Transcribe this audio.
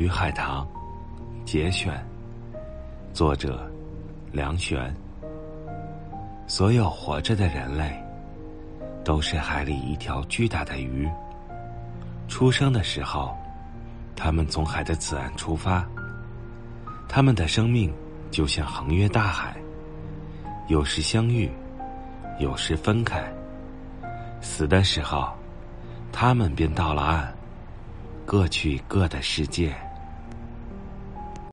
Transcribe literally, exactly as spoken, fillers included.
与海棠》节选，作者梁璇。所有活着的人类都是海里一条巨大的鱼。出生的时候，他们从海的此岸出发，他们的生命就像横越大海，有时相遇，有时分开。死的时候，他们便到了岸，各去各的世界。